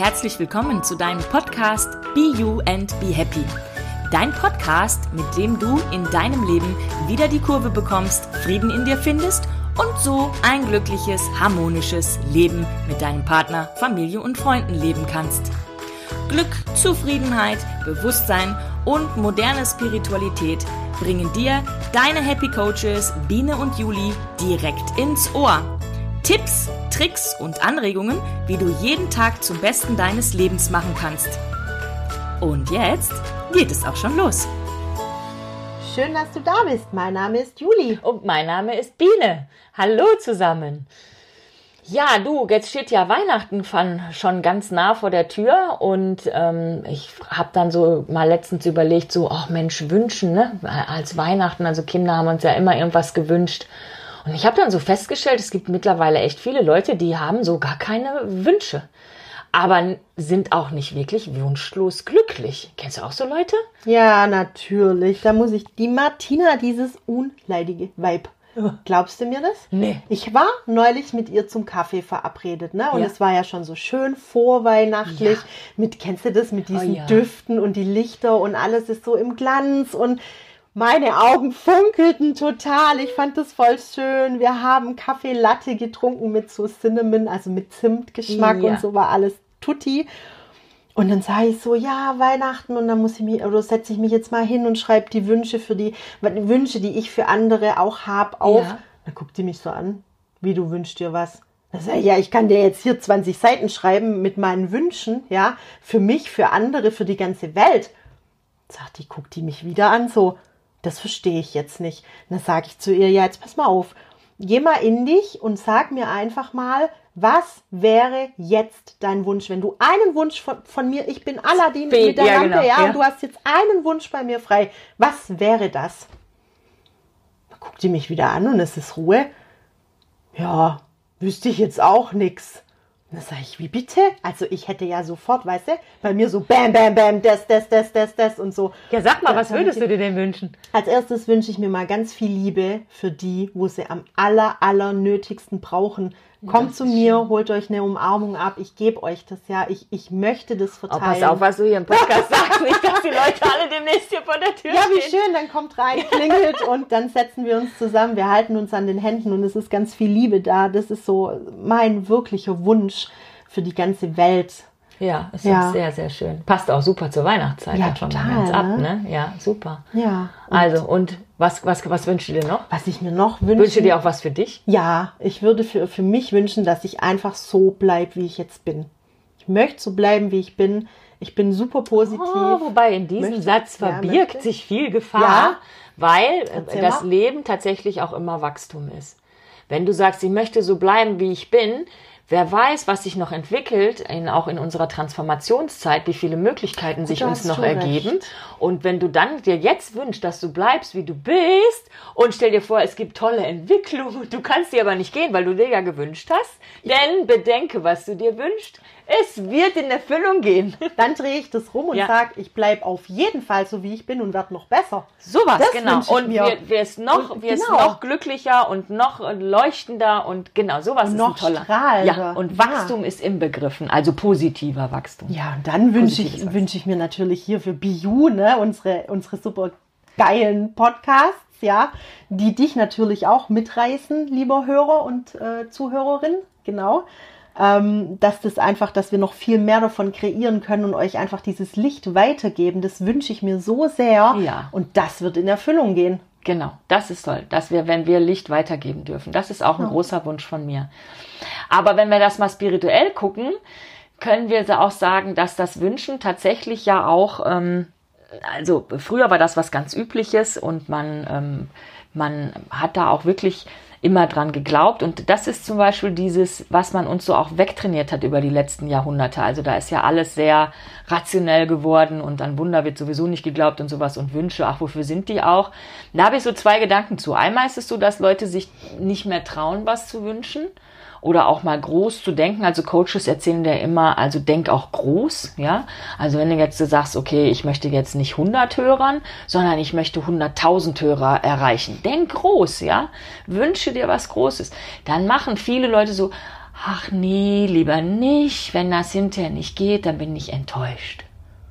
herzlich willkommen zu deinem Podcast Be You and Be Happy. Dein Podcast, mit dem du in deinem Leben wieder die Kurve bekommst, Frieden in dir findest und so ein glückliches, harmonisches Leben mit deinem Partner, Familie und Freunden leben kannst. Glück, Zufriedenheit, Bewusstsein und moderne Spiritualität bringen dir deine Happy Coaches Biene und Juli direkt ins Ohr. Tipps, Tricks und Anregungen, wie du jeden Tag zum Besten deines Lebens machen kannst. Und jetzt geht es auch schon los. Schön, dass du da bist. Mein Name ist Juli. Und mein Name ist Biene. Hallo zusammen. Ja, du, jetzt steht ja Weihnachten schon ganz nah vor der Tür und ich habe dann so mal letztens überlegt, so, ach Mensch, wünschen, ne? Als Weihnachten, also Kinder haben uns ja immer irgendwas gewünscht. Und ich habe dann so festgestellt, es gibt mittlerweile echt viele Leute, die haben so gar keine Wünsche, aber sind auch nicht wirklich wunschlos glücklich. Kennst du auch so Leute? Ja, natürlich. Da muss ich die Martina, dieses unleidige Weib. Glaubst du mir das? Nee. Ich war neulich mit ihr zum Kaffee verabredet, ne? Und Ja. es war ja schon so schön vorweihnachtlich. Ja. Kennst du das? Mit diesen ja. Düften und die Lichter und alles ist so im Glanz und meine Augen funkelten total. Ich fand das voll schön. Wir haben Kaffee Latte getrunken mit so Cinnamon, also mit Zimtgeschmack Ja. und so war alles tutti. Und dann sage ich so, ja, Weihnachten und dann setze ich mich jetzt mal hin und schreibe die Wünsche die Wünsche, die ich für andere auch habe, auf. Ja. Dann guckt die mich so an, wie du wünschst dir was. Dann sage ich, ja, ich kann dir jetzt hier 20 Seiten schreiben mit meinen Wünschen, ja, für mich, für andere, für die ganze Welt. Guckt die mich wieder an, so, das verstehe ich jetzt nicht. Und dann sage ich zu ihr, ja, jetzt pass mal auf, geh mal in dich und sag mir einfach mal, was wäre jetzt dein Wunsch? Wenn du einen Wunsch von mir, ich bin Aladdin mit der Lampe, genau, ja. und du hast jetzt einen Wunsch bei mir frei. Was wäre das? Dann guckt die mich wieder an und es ist Ruhe. Ja, wüsste ich jetzt auch nix. Und dann sage ich, wie bitte? Also ich hätte ja sofort, weißt du, bei mir so bam, bam, bam, das und so. Ja, sag mal, was würdest du dir denn wünschen? Als erstes wünsche ich mir mal ganz viel Liebe für die, wo sie am allernötigsten brauchen. Kommt zu mir, holt euch eine Umarmung ab. Ich gebe euch das ja. Ich möchte das verteilen. Oh, pass auf, was du hier im Podcast sagst. Nicht, dass die Leute alle demnächst hier vor der Tür Ja, wie stehen. schön. Dann kommt rein, klingelt und dann setzen wir uns zusammen. Wir halten uns an den Händen und es ist ganz viel Liebe da. Das ist so mein wirklicher Wunsch für die ganze Welt. Ja, ist Ja. sehr, sehr schön. Passt auch super zur Weihnachtszeit. Ja, dann schon total, mal ganz ab, ne? ne? Ja, super. Ja. Also, und was wünschst du dir noch? Was ich mir noch wünsche. Wünschst du dir auch was für dich? Ja, ich würde für mich wünschen, dass ich einfach so bleibe, wie ich jetzt bin. Ich möchte so bleiben, wie ich bin. Ich bin super positiv. Wobei in diesem Möchte- Satz ja, verbirgt möchte. sich viel Gefahr, Ja. weil Erzähl das mal. Leben tatsächlich auch immer Wachstum ist. Wenn du sagst, ich möchte so bleiben, wie ich bin, wer weiß, was sich noch entwickelt, auch in unserer Transformationszeit, wie viele Möglichkeiten sich da uns hast noch du ergeben. recht. Und wenn du dann dir jetzt wünschst, dass du bleibst, wie du bist, und stell dir vor, es gibt tolle Entwicklungen, du kannst dir aber nicht gehen, weil du dir ja gewünscht hast, denn bedenke, was du dir wünschst, es wird in Erfüllung gehen. Dann drehe ich das rum und Ja. sage, ich bleibe auf jeden Fall so, wie ich bin und werde noch besser. Sowas, Das genau. wünsch ich Und mir. wirst noch Genau. noch glücklicher und noch leuchtender und genau, sowas ist noch ein toller. strahlender. Ja, und Ja. Wachstum ist inbegriffen, also positiver Wachstum. Ja, und dann Positives wünsche ich mir natürlich hier für BU, ne, unsere super geilen Podcasts, ja, die dich natürlich auch mitreißen, lieber Hörer und Zuhörerin, genau. Dass wir noch viel mehr davon kreieren können und euch einfach dieses Licht weitergeben, das wünsche ich mir so sehr. Ja. Und das wird in Erfüllung gehen. Genau, das ist toll, wenn wir Licht weitergeben dürfen. Das ist auch ein großer Wunsch von mir. Aber wenn wir das mal spirituell gucken, können wir auch sagen, dass das Wünschen tatsächlich ja auch, also früher war das was ganz Übliches und man hat da auch wirklich immer dran geglaubt. Und das ist zum Beispiel dieses, was man uns so auch wegtrainiert hat über die letzten Jahrhunderte. Also da ist ja alles sehr rationell geworden und an Wunder wird sowieso nicht geglaubt und sowas und Wünsche, ach, wofür sind die auch? Da habe ich so zwei Gedanken zu. Einmal ist es so, dass Leute sich nicht mehr trauen, was zu wünschen. Oder auch mal groß zu denken. Also Coaches erzählen dir immer, also denk auch groß, ja. Also wenn du jetzt sagst, okay, ich möchte jetzt nicht 100 Hörern, sondern ich möchte 100.000 Hörer erreichen. Denk groß, ja. Wünsche dir was Großes. Dann machen viele Leute so, ach nee, lieber nicht. Wenn das hinterher nicht geht, dann bin ich enttäuscht.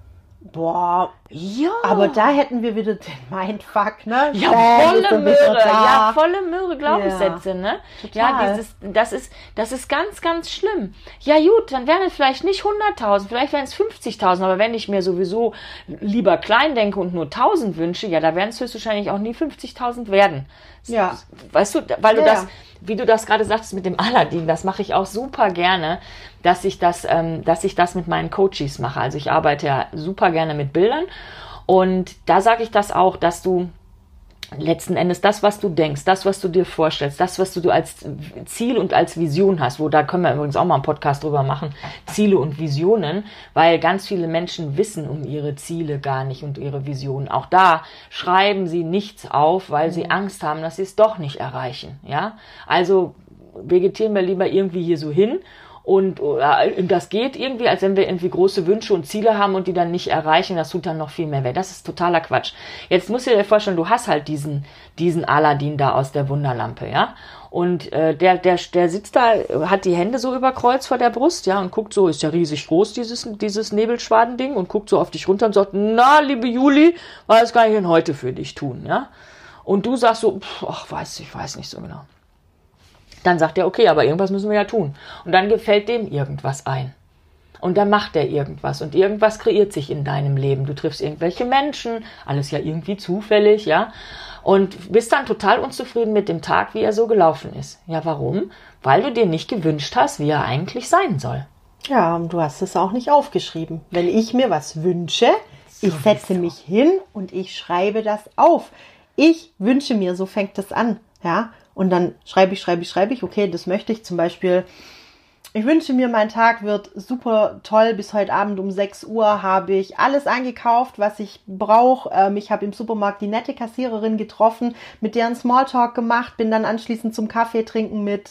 Boah, Ja. aber da hätten wir wieder den Mindfuck, ne? Ja, Bam, ist er volle wieder Möhre, da. ja, volle Möhre Glaubenssätze, ne? Total. Ja, das ist ganz, ganz schlimm. Ja gut, dann wären es vielleicht nicht 100.000, vielleicht wären es 50.000, aber wenn ich mir sowieso lieber klein denke und nur 1.000 wünsche, ja, da werden es höchstwahrscheinlich auch nie 50.000 werden. Ja. Weißt du, weil du Ja, das, ja. wie du das gerade sagst mit dem Aladdin, das mache ich auch super gerne, dass ich das mit meinen Coaches mache. Also ich arbeite ja super gerne mit Bildern und da sage ich das auch, dass du letzten Endes das, was du denkst, das, was du dir vorstellst, das, was du als Ziel und als Vision hast, da können wir übrigens auch mal einen Podcast drüber machen, Ziele und Visionen, weil ganz viele Menschen wissen um ihre Ziele gar nicht und ihre Visionen. Auch da schreiben sie nichts auf, weil sie Angst haben, dass sie es doch nicht erreichen. Ja, also vegetieren wir lieber irgendwie hier so hin. Und das geht irgendwie, als wenn wir irgendwie große Wünsche und Ziele haben und die dann nicht erreichen. Das tut dann noch viel mehr weh. Das ist totaler Quatsch. Jetzt musst du dir vorstellen, du hast halt diesen Aladdin da aus der Wunderlampe, ja. Und der sitzt da, hat die Hände so überkreuzt vor der Brust, ja, und guckt so, ist ja riesig groß, dieses Nebelschwadending, und guckt so auf dich runter und sagt, na, liebe Juli, was kann ich denn heute für dich tun, ja? Und du sagst so, ich weiß nicht so genau. Dann sagt er, okay, aber irgendwas müssen wir ja tun. Und dann gefällt dem irgendwas ein. Und dann macht er irgendwas. Und irgendwas kreiert sich in deinem Leben. Du triffst irgendwelche Menschen, alles ja irgendwie zufällig, ja. Und bist dann total unzufrieden mit dem Tag, wie er so gelaufen ist. Ja, warum? Weil du dir nicht gewünscht hast, wie er eigentlich sein soll. Ja, und du hast es auch nicht aufgeschrieben. Wenn ich mir was wünsche, ich setze mich hin und ich schreibe das auf. Ich wünsche mir, so fängt das an, ja. Und dann schreibe ich, okay, das möchte ich zum Beispiel. Ich wünsche mir, mein Tag wird super toll. Bis heute Abend um 6 Uhr habe ich alles eingekauft, was ich brauche. Ich habe im Supermarkt die nette Kassiererin getroffen, mit deren Smalltalk gemacht, bin dann anschließend zum Kaffee trinken mit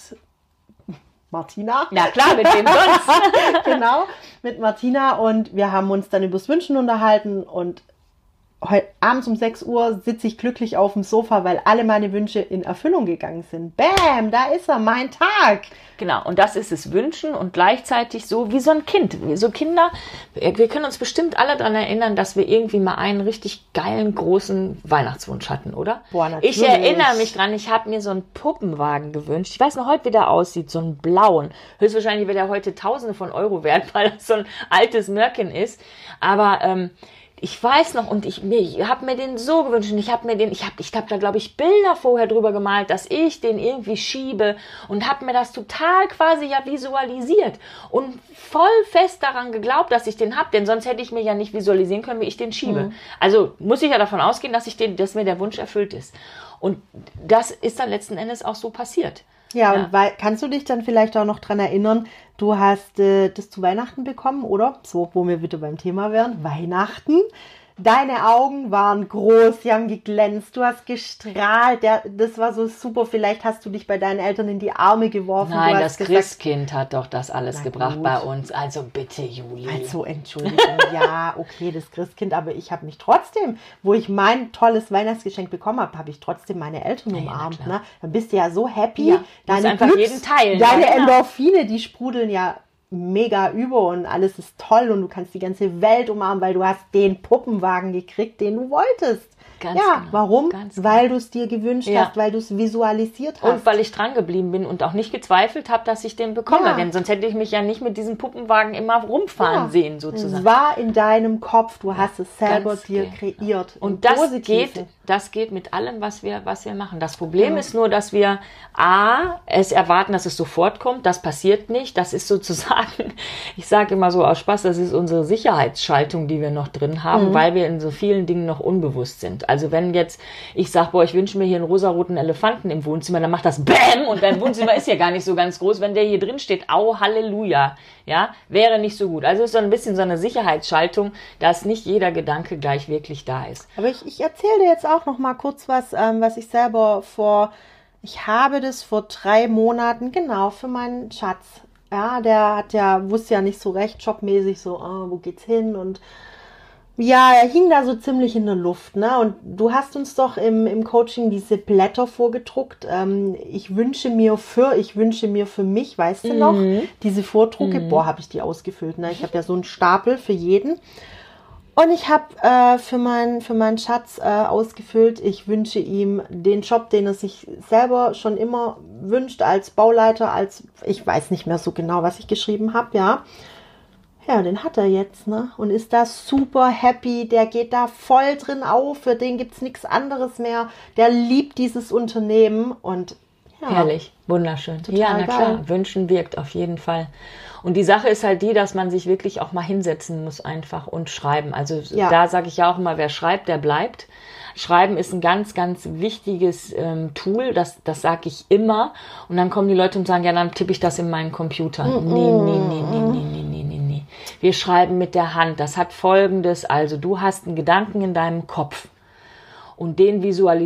Martina. Ja klar, mit wem sonst? Genau, mit Martina, und wir haben uns dann übers Wünschen unterhalten, und heute abends um 6 Uhr sitze ich glücklich auf dem Sofa, weil alle meine Wünsche in Erfüllung gegangen sind. Bäm, da ist er, mein Tag. Genau, und das ist es, Wünschen, und gleichzeitig so wie so ein Kind. So Kinder, wir können uns bestimmt alle daran erinnern, dass wir irgendwie mal einen richtig geilen, großen Weihnachtswunsch hatten, oder? Boah, natürlich. Ich erinnere mich dran, ich habe mir so einen Puppenwagen gewünscht. Ich weiß noch heute, wie der aussieht, so einen blauen. Höchstwahrscheinlich wird er heute Tausende von Euro wert, weil das so ein altes Mörken ist. Aber ich weiß noch, und ich habe mir den so gewünscht, und ich habe da, glaube ich, Bilder vorher drüber gemalt, dass ich den irgendwie schiebe, und habe mir das total quasi ja visualisiert und voll fest daran geglaubt, dass ich den habe, denn sonst hätte ich mir ja nicht visualisieren können, wie ich den schiebe. Mhm. Also muss ich ja davon ausgehen, dass mir der Wunsch erfüllt ist. Und das ist dann letzten Endes auch so passiert. Ja, und kannst du dich dann vielleicht auch noch dran erinnern, du hast das zu Weihnachten bekommen, oder? So, wo wir wieder beim Thema wären. Weihnachten. Deine Augen waren groß, sie haben geglänzt, du hast gestrahlt, das war so super. Vielleicht hast du dich bei deinen Eltern in die Arme geworfen. Nein, du das Christkind hat doch das alles gebracht gut. bei uns. Also bitte, Juli. Also Entschuldigung, ja, okay, das Christkind, aber ich habe mich trotzdem, wo ich mein tolles Weihnachtsgeschenk bekommen habe, habe ich trotzdem meine Eltern umarmt. Ne? Dann bist du ja so happy. Ja, musst einfach jeden teilen. Deine ja, genau. Endorphine, die sprudeln ja mega über, und alles ist toll, und du kannst die ganze Welt umarmen, weil du hast den Puppenwagen gekriegt, den du wolltest. Ganz ja, genau, warum? ganz Weil du es dir gewünscht hast, weil du es visualisiert hast. Und weil ich dran geblieben bin und auch nicht gezweifelt habe, dass ich den bekomme. Ja. Denn sonst hätte ich mich ja nicht mit diesem Puppenwagen immer rumfahren sehen, sozusagen. Es war in deinem Kopf, du hast es selber Ganz dir genau. kreiert. Und das geht mit allem, was wir machen. Das Problem ist nur, dass wir es erwarten, dass es sofort kommt. Das passiert nicht. Das ist sozusagen, ich sage immer so aus Spaß, das ist unsere Sicherheitsschaltung, die wir noch drin haben, weil wir in so vielen Dingen noch unbewusst sind. Also wenn jetzt ich sage, ich wünsche mir hier einen rosaroten Elefanten im Wohnzimmer, dann macht das BÄM, und dein Wohnzimmer ist ja gar nicht so ganz groß. Wenn der hier drin steht, au, Halleluja, ja, wäre nicht so gut. Also ist so ein bisschen so eine Sicherheitsschaltung, dass nicht jeder Gedanke gleich wirklich da ist. Aber ich erzähle dir jetzt auch noch mal kurz was ich selber ich habe das vor 3 Monaten, genau, für meinen Schatz. Ja, der wusste ja nicht so recht, jobmäßig so, wo geht's hin, und Ja, er hing da so ziemlich in der Luft, ne? Und du hast uns doch im Coaching diese Blätter vorgedruckt. Ich wünsche mir für mich, weißt du noch? Diese Vordrucke, boah, habe ich die ausgefüllt, ne? Ich habe ja so einen Stapel für jeden. Und ich habe für meinen Schatz ausgefüllt, ich wünsche ihm den Job, den er sich selber schon immer wünscht, als Bauleiter, ich weiß nicht mehr so genau, was ich geschrieben habe, ja. Ja, den hat er jetzt, ne? Und ist da super happy, der geht da voll drin auf, für den gibt's nichts anderes mehr, der liebt dieses Unternehmen und ja. Herrlich, wunderschön. Total ja, na geil. klar, wünschen wirkt auf jeden Fall. Und die Sache ist halt die, dass man sich wirklich auch mal hinsetzen muss einfach und schreiben. Also da sage ich ja auch immer, wer schreibt, der bleibt. Schreiben ist ein ganz, ganz wichtiges Tool, das sage ich immer. Und dann kommen die Leute und sagen, ja, dann tippe ich das in meinen Computer. Nee. Wir schreiben mit der Hand. Das hat Folgendes. Also du hast einen Gedanken in deinem Kopf. Und den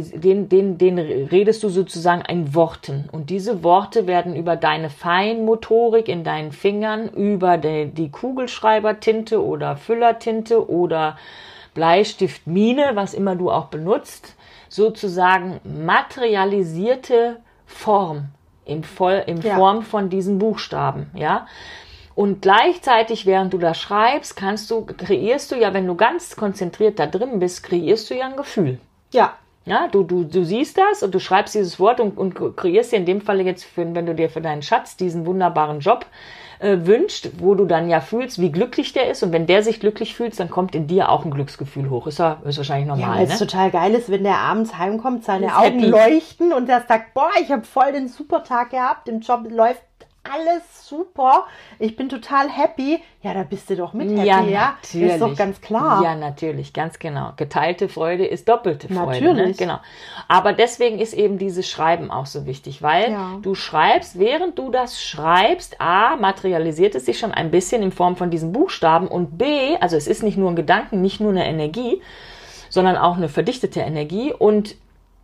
redest du sozusagen in Worten. Und diese Worte werden über deine Feinmotorik in deinen Fingern, über die Kugelschreibertinte oder Füllertinte oder Bleistiftmine, was immer du auch benutzt, sozusagen materialisierte Form in Form von diesen Buchstaben, ja. Und gleichzeitig, während du das schreibst, kreierst du ja, wenn du ganz konzentriert da drin bist, kreierst du ja ein Gefühl. Ja. Ja, du siehst das und du schreibst dieses Wort und kreierst dir in dem Fall jetzt, wenn du dir für deinen Schatz diesen wunderbaren Job wünscht, wo du dann ja fühlst, wie glücklich der ist. Und wenn der sich glücklich fühlt, dann kommt in dir auch ein Glücksgefühl hoch. Ist wahrscheinlich normal, ja, weil es ne? total geil ist, wenn der abends heimkommt, seine Ist Augen happy. leuchten und der sagt, boah, ich habe voll den super Tag gehabt, im Job läuft alles super, ich bin total happy. Ja, da bist du doch mit happy, ja? Natürlich. Ist doch ganz klar. Ja, natürlich, ganz genau. Geteilte Freude ist doppelte Freude. Natürlich. Ne? Genau. Aber deswegen ist eben dieses Schreiben auch so wichtig, weil du schreibst, während du das schreibst, A, materialisiert es sich schon ein bisschen in Form von diesen Buchstaben und B, also es ist nicht nur ein Gedanken, nicht nur eine Energie, sondern auch eine verdichtete Energie und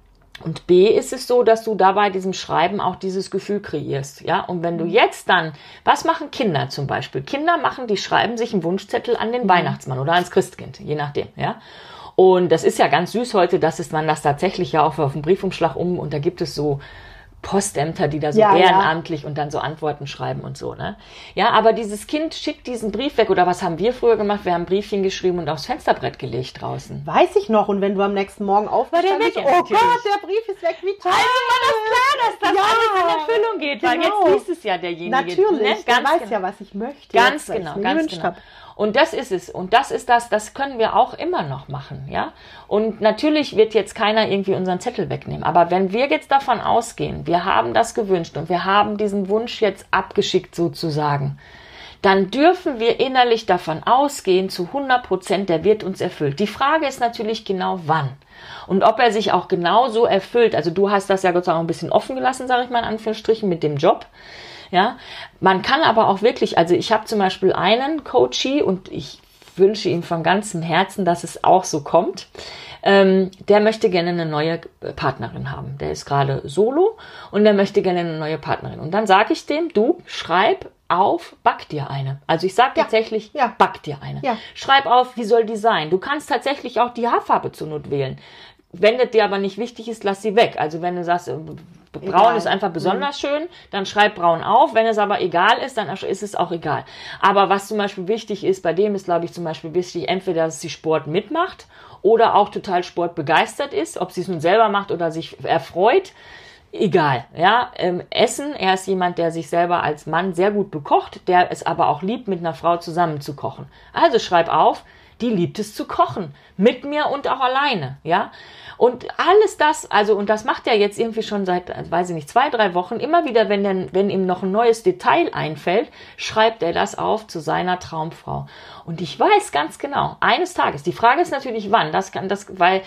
B ist es so, dass du dabei diesem Schreiben auch dieses Gefühl kreierst, ja. Und wenn du jetzt dann, was machen Kinder zum Beispiel? Die schreiben sich einen Wunschzettel an den Weihnachtsmann oder ans Christkind, je nachdem, ja. Und das ist ja ganz süß heute, man das tatsächlich ja auch auf dem Briefumschlag und da gibt es so Postämter, die da so ehrenamtlich und dann so Antworten schreiben und so, ne? Ja, aber dieses Kind schickt diesen Brief weg oder was haben wir früher gemacht? Wir haben ein Briefchen geschrieben und aufs Fensterbrett gelegt draußen. Weiß ich noch. Und wenn du am nächsten Morgen aufwachst, weg, oh natürlich. Gott, der Brief ist weg, wie toll. Also war das klar, dass das alles in Erfüllung geht, weil genau. jetzt liest es ja derjenige. Natürlich, ne? der weiß ja, was ich möchte. Ganz was genau, ich mir ganz gewünscht genau. habe. Und das ist es. Und das ist das können wir auch immer noch machen, ja. Und natürlich wird jetzt keiner irgendwie unseren Zettel wegnehmen. Aber wenn wir jetzt davon ausgehen, wir haben das gewünscht und wir haben diesen Wunsch jetzt abgeschickt sozusagen, dann dürfen wir innerlich davon ausgehen, zu 100%, der wird uns erfüllt. Die Frage ist natürlich genau wann. Und ob er sich auch genau so erfüllt. Also du hast das ja Gott sei Dank ein bisschen offen gelassen, sage ich mal in Anführungsstrichen, mit dem Job. Ja, man kann aber auch wirklich, also ich habe zum Beispiel einen Coachie und ich wünsche ihm von ganzem Herzen, dass es auch so kommt. Der möchte gerne eine neue Partnerin haben. Der ist gerade solo und der möchte gerne eine neue Partnerin. Und dann sage ich dem, du schreib auf, back dir eine. Also ich sage tatsächlich, back dir eine. Ja. Schreib auf, wie soll die sein? Du kannst tatsächlich auch die Haarfarbe zur Not wählen. Wenn das dir aber nicht wichtig ist, lass sie weg. Also wenn du sagst, braun ist einfach besonders schön, dann schreib braun auf. Wenn es aber egal ist, dann ist es auch egal. Aber was zum Beispiel wichtig ist, bei dem ist, glaube ich, zum Beispiel wichtig, entweder, dass sie Sport mitmacht oder auch total sportbegeistert ist, ob sie es nun selber macht oder sich erfreut. Egal, ja. Essen, er ist jemand, der sich selber als Mann sehr gut bekocht, der es aber auch liebt, mit einer Frau zusammen zu kochen. Also schreib auf, die liebt es zu kochen. Mit mir und auch alleine, ja. Und alles das, also, und das macht er jetzt irgendwie schon seit, weiß ich nicht, 2-3 Wochen, immer wieder, wenn ihm noch ein neues Detail einfällt, schreibt er das auf zu seiner Traumfrau. Und ich weiß ganz genau, eines Tages, die Frage ist natürlich wann, weil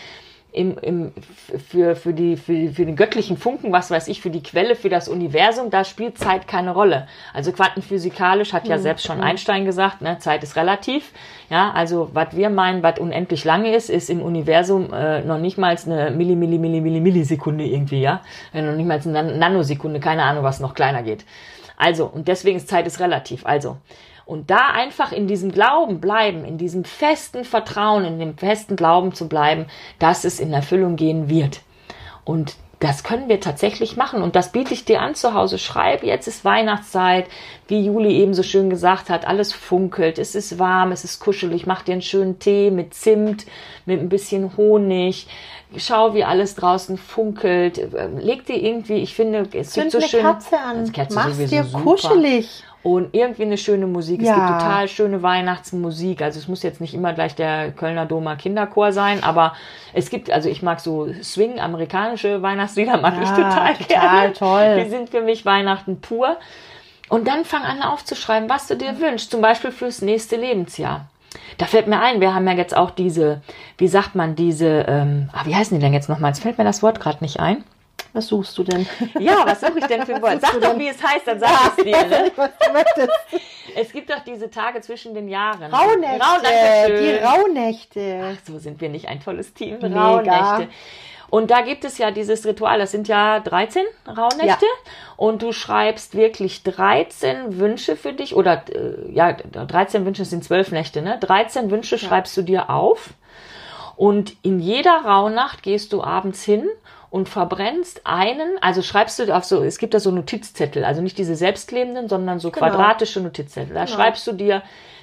für den göttlichen Funken, was weiß ich, für die Quelle, für das Universum, da spielt Zeit keine Rolle. Also quantenphysikalisch hat ja selbst schon Einstein gesagt, ne, Zeit ist relativ. Ja, also was wir meinen, was unendlich lange ist im Universum noch nicht mal eine Millisekunde irgendwie, ja, noch nicht mal eine Nanosekunde, keine Ahnung, was noch kleiner geht. Also, und deswegen ist Zeit ist relativ. Also, Und da einfach in diesem Glauben bleiben, in diesem festen Vertrauen, in dem festen Glauben zu bleiben, dass es in Erfüllung gehen wird. Und das können wir tatsächlich machen. Und das biete ich dir an zu Hause. Schreib, jetzt ist Weihnachtszeit, wie Juli eben so schön gesagt hat, alles funkelt, es ist warm, es ist kuschelig, mach dir einen schönen Tee mit Zimt, mit ein bisschen Honig. Schau, wie alles draußen funkelt. Leg dir irgendwie, ich finde, es gibt so schön. Kerze an. Kerze Mach's sowieso dir super. kuschelig. Und irgendwie eine schöne Musik. Ja. Es gibt total schöne Weihnachtsmusik. Also es muss jetzt nicht immer gleich der Kölner Doma Kinderchor sein, aber es gibt, also ich mag so Swing, amerikanische Weihnachtslieder, mag ich total gerne. Toll. Die sind für mich Weihnachten pur. Und dann fang an aufzuschreiben, was du dir wünschst, zum Beispiel fürs nächste Lebensjahr. Da fällt mir ein, wir haben ja jetzt auch diese, wie sagt man, wie heißen die denn jetzt nochmal? Jetzt fällt mir das Wort gerade nicht ein. Was suchst du denn? Ja, was suche ich denn für ein Wort? Sag doch, wie es heißt, dann sag ich es dir. Ne? Was du möchtest. Es gibt doch diese Tage zwischen den Jahren. Rauhnächte. Die Rauhnächte. Ach, so sind wir nicht ein tolles Team. Mega. Rauhnächte. Und da gibt es ja dieses Ritual, das sind ja 13 Rauhnächte. Ja. Und du schreibst wirklich 13 Wünsche für dich. Oder 13 Wünsche sind 12 Nächte. Ne? 13 Wünsche schreibst du dir auf. Und in jeder Rauhnacht gehst du abends hin und verbrennst einen, also schreibst du auf so, es gibt da so Notizzettel, also nicht diese selbstklebenden, sondern so quadratische Notizzettel. Da schreibst du dir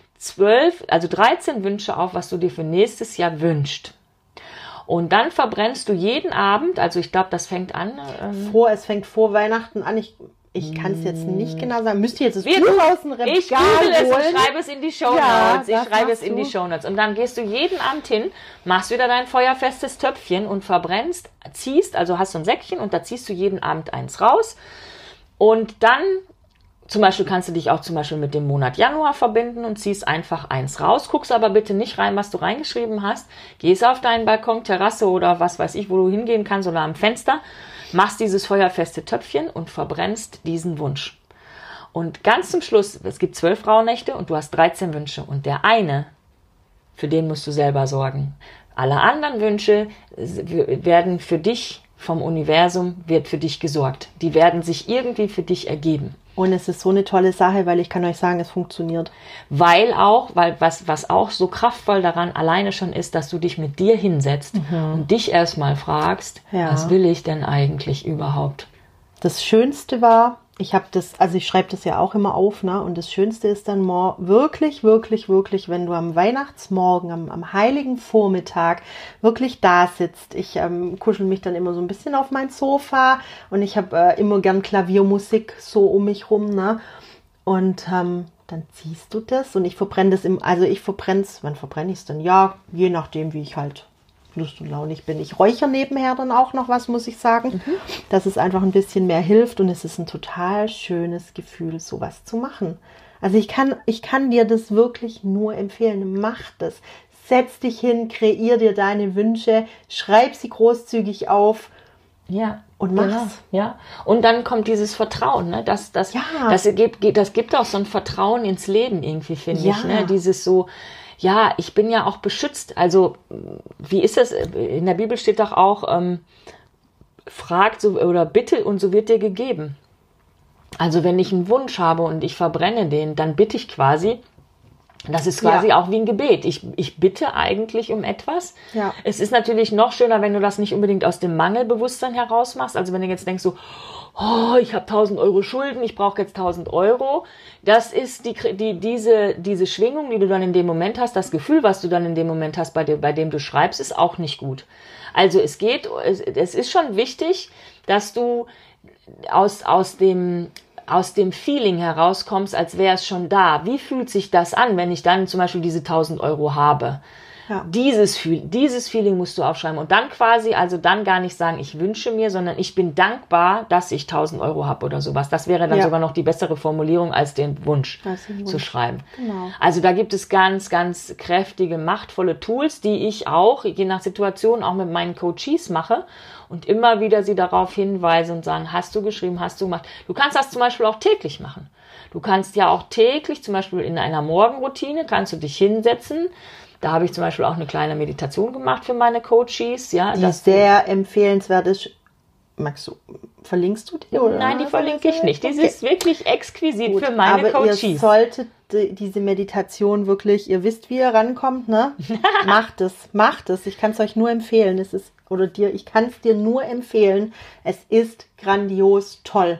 13 Wünsche auf, was du dir für nächstes Jahr wünschst. Und dann verbrennst du jeden Abend, also ich glaube, das fängt an. Es fängt vor Weihnachten an. Ich kann es jetzt nicht genau sagen. Müsst ihr jetzt das Buch aus dem Regal Ich google es holen? und schreibe es in die Shownotes. Und dann gehst du jeden Abend hin, machst wieder dein feuerfestes Töpfchen und verbrennst, ziehst, also hast du ein Säckchen und da ziehst du jeden Abend eins raus. Und dann, zum Beispiel kannst du dich auch zum Beispiel mit dem Monat Januar verbinden und ziehst einfach eins raus. Guckst aber bitte nicht rein, was du reingeschrieben hast. Gehst auf deinen Balkon, Terrasse oder was weiß ich, wo du hingehen kannst oder am Fenster. Machst dieses feuerfeste Töpfchen und verbrennst diesen Wunsch. Und ganz zum Schluss, es gibt 12 Rauhnächte und du hast 13 Wünsche. Und der eine, für den musst du selber sorgen. Alle anderen Wünsche werden für dich vom Universum, wird für dich gesorgt. Die werden sich irgendwie für dich ergeben. Und es ist so eine tolle Sache, weil ich kann euch sagen, es funktioniert. Weil was auch so kraftvoll daran alleine schon ist, dass du dich mit dir hinsetzt und dich erstmal fragst, was will ich denn eigentlich überhaupt? Das Schönste war, ich schreibe das ja auch immer auf, ne? Und das Schönste ist dann wirklich, wirklich, wirklich, wenn du am Weihnachtsmorgen, am heiligen Vormittag wirklich da sitzt. Ich kuschel mich dann immer so ein bisschen auf mein Sofa und ich habe immer gern Klaviermusik so um mich rum, ne? Und dann ziehst du das und ich verbrenne das wann verbrenne ich es denn? Ja, je nachdem, wie ich halt Lust und launig bin. Ich räuchere nebenher dann auch noch was, muss ich sagen, dass es einfach ein bisschen mehr hilft und es ist ein total schönes Gefühl, sowas zu machen. Also ich kann dir das wirklich nur empfehlen. Mach das. Setz dich hin, kreier dir deine Wünsche, schreib sie großzügig auf. Ja. Und mach's. Ja. Und dann kommt dieses Vertrauen, ne? Das gibt auch so ein Vertrauen ins Leben irgendwie, finde ich, ne? Dieses so, ja, ich bin ja auch beschützt. Also, wie ist das? In der Bibel steht doch auch, fragt oder bitte und so wird dir gegeben. Also, wenn ich einen Wunsch habe und ich verbrenne den, dann bitte ich quasi. Das ist quasi auch wie ein Gebet. Ich bitte eigentlich um etwas. Ja. Es ist natürlich noch schöner, wenn du das nicht unbedingt aus dem Mangelbewusstsein heraus machst. Also wenn du jetzt denkst so, ich habe 1.000 Euro Schulden, ich brauche jetzt 1.000 Euro. Das ist diese Schwingung, die du dann in dem Moment hast, das Gefühl, was du dann in dem Moment hast, bei dem du schreibst, ist auch nicht gut. Also es ist schon wichtig, dass du aus dem Feeling herauskommst, als wäre es schon da. Wie fühlt sich das an, wenn ich dann zum Beispiel diese 1.000 Euro habe? Ja. Dieses Feeling musst du aufschreiben und dann dann gar nicht sagen, ich wünsche mir, sondern ich bin dankbar, dass ich 1.000 Euro habe oder sowas. Das wäre dann sogar noch die bessere Formulierung, als den Wunsch zu schreiben. Genau. Also da gibt es ganz, ganz kräftige, machtvolle Tools, die ich auch, je nach Situation, auch mit meinen Coaches mache und immer wieder sie darauf hinweise und sagen, hast du geschrieben, hast du gemacht. Du kannst das zum Beispiel auch täglich machen. Du kannst ja auch täglich, zum Beispiel in einer Morgenroutine, kannst du dich hinsetzen. Da habe ich zum Beispiel auch eine kleine Meditation gemacht für meine Coaches. Ja, die sehr empfehlenswert ist. Verlinkst du die? Oder? Nein, die verlinke ich nicht. Die ist wirklich exquisit für meine Coaches. Ihr solltet diese Meditation wirklich, ihr wisst, wie ihr rankommt, ne? Macht es. Ich kann es euch nur empfehlen. Ich kann es dir nur empfehlen. Es ist grandios toll.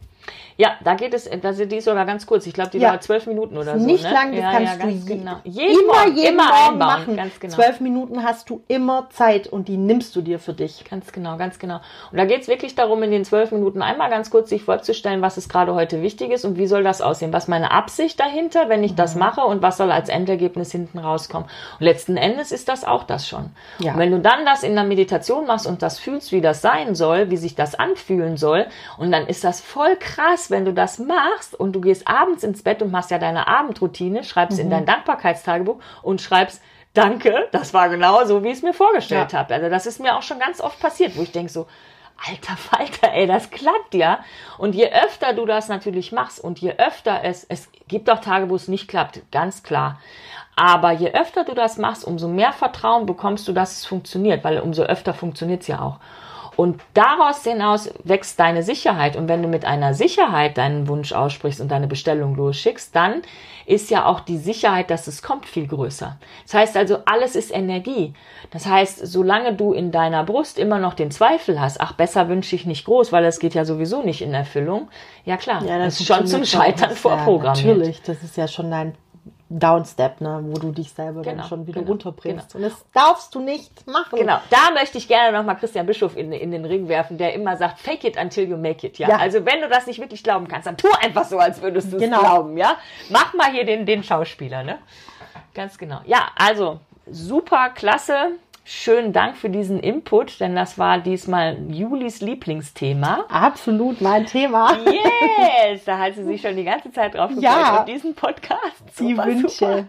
Ja, da geht es, die ist sogar ganz kurz. Ich glaube, die dauert 12 Minuten oder so. Nicht ne? lang, das kannst du jeden Morgen einbauen. Machen. Ganz genau. 12 Minuten hast du immer Zeit und die nimmst du dir für dich. Ganz genau. Und da geht es wirklich darum, in den 12 Minuten einmal ganz kurz sich vorzustellen, was ist gerade heute wichtig ist und wie soll das aussehen. Was ist meine Absicht dahinter, wenn ich das mache und was soll als Endergebnis hinten rauskommen. Und letzten Endes ist das auch das schon. Ja. Und wenn du dann das in der Meditation machst und das fühlst, wie das sein soll, wie sich das anfühlen soll, und dann ist das voll krass, wenn du das machst und du gehst abends ins Bett und machst ja deine Abendroutine, schreibst in dein Dankbarkeitstagebuch und schreibst, danke, das war genau so, wie ich es mir vorgestellt habe. Also das ist mir auch schon ganz oft passiert, wo ich denke so, alter Falter, ey, das klappt ja. Und je öfter du das natürlich machst und je öfter es gibt auch Tage, wo es nicht klappt, ganz klar. Aber je öfter du das machst, umso mehr Vertrauen bekommst du, dass es funktioniert, weil umso öfter funktioniert es ja auch. Und daraus hinaus wächst deine Sicherheit. Und wenn du mit einer Sicherheit deinen Wunsch aussprichst und deine Bestellung losschickst, dann ist ja auch die Sicherheit, dass es kommt, viel größer. Das heißt also, alles ist Energie. Das heißt, solange du in deiner Brust immer noch den Zweifel hast, ach, besser wünsche ich nicht groß, weil es geht ja sowieso nicht in Erfüllung. Ja klar, das ist schon zum Scheitern vorprogrammiert. Ja, natürlich, das ist ja schon dein Downstep, ne, wo du dich selber dann schon wieder runterbringst. Und das darfst du nicht machen. Genau, da möchte ich gerne nochmal Christian Bischof in den Ring werfen, der immer sagt, fake it until you make it. Ja? Also wenn du das nicht wirklich glauben kannst, dann tu einfach so, als würdest du es glauben. Ja? Mach mal hier den Schauspieler. Ne? Ganz genau. Ja, also super, klasse. Schönen Dank für diesen Input, denn das war diesmal Julis Lieblingsthema. Absolut mein Thema. Yes, da hat sie sich schon die ganze Zeit drauf gefreut auf diesen Podcast. Super, die Wünsche. Super.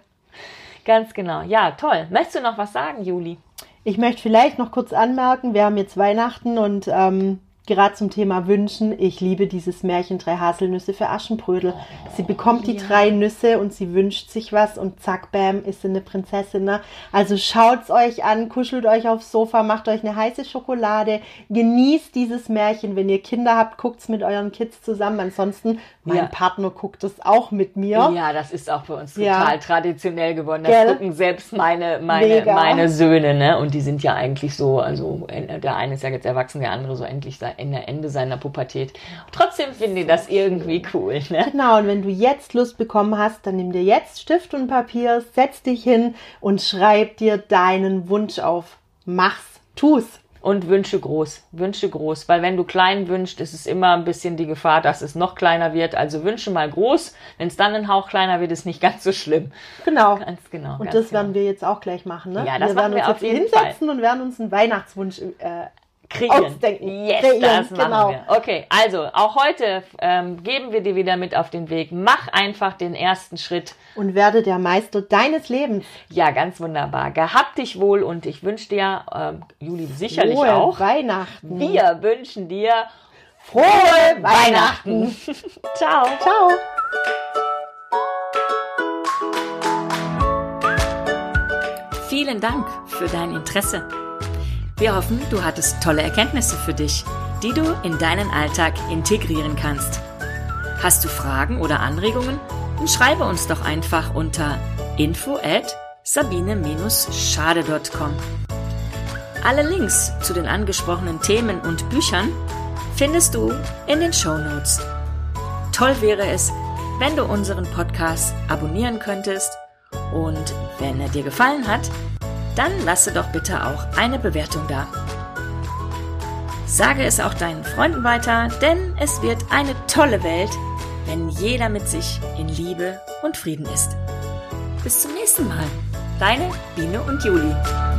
Ganz genau. Ja, toll. Möchtest du noch was sagen, Juli? Ich möchte vielleicht noch kurz anmerken, wir haben jetzt Weihnachten und gerade zum Thema Wünschen, ich liebe dieses Märchen 3 Haselnüsse für Aschenbrödel. Sie bekommt die 3 Nüsse und sie wünscht sich was und zack, bam, ist sie eine Prinzessin. Ne? Also schaut's euch an, kuschelt euch aufs Sofa, macht euch eine heiße Schokolade, genießt dieses Märchen. Wenn ihr Kinder habt, guckt's mit euren Kids zusammen. Ansonsten, mein Partner guckt es auch mit mir. Ja, das ist auch für uns total traditionell geworden. Das gucken selbst meine Söhne, ne? Und die sind ja eigentlich so, also der eine ist ja jetzt erwachsen, der andere so endlich in der Ende seiner Pubertät. Trotzdem finden die das irgendwie cool. Ne? Genau, und wenn du jetzt Lust bekommen hast, dann nimm dir jetzt Stift und Papier, setz dich hin und schreib dir deinen Wunsch auf. Mach's, tu's. Und wünsche groß, weil wenn du klein wünschst, ist es immer ein bisschen die Gefahr, dass es noch kleiner wird. Also wünsche mal groß, wenn es dann ein Hauch kleiner wird, ist nicht ganz so schlimm. Genau. Ganz genau. Und das werden wir jetzt auch gleich machen, ne? Ja, das werden wir auf jeden Fall. Hinsetzen und werden uns einen Weihnachtswunsch ausdenken. Yes, das machen wir. Okay, also auch heute geben wir dir wieder mit auf den Weg. Mach einfach den ersten Schritt. Und werde der Meister deines Lebens. Ja, ganz wunderbar. Gehabt dich wohl und ich wünsche dir, Juli sicherlich frohe auch. Weihnachten. Wir wünschen dir frohe Weihnachten. Ciao. Ciao. Vielen Dank für dein Interesse. Wir hoffen, du hattest tolle Erkenntnisse für dich, die du in deinen Alltag integrieren kannst. Hast du Fragen oder Anregungen? Dann schreibe uns doch einfach unter info@sabine-schade.com. Alle Links zu den angesprochenen Themen und Büchern findest du in den Shownotes. Toll wäre es, wenn du unseren Podcast abonnieren könntest und wenn er dir gefallen hat, dann lasse doch bitte auch eine Bewertung da. Sage es auch deinen Freunden weiter, denn es wird eine tolle Welt, wenn jeder mit sich in Liebe und Frieden ist. Bis zum nächsten Mal. Deine Biene und Juli.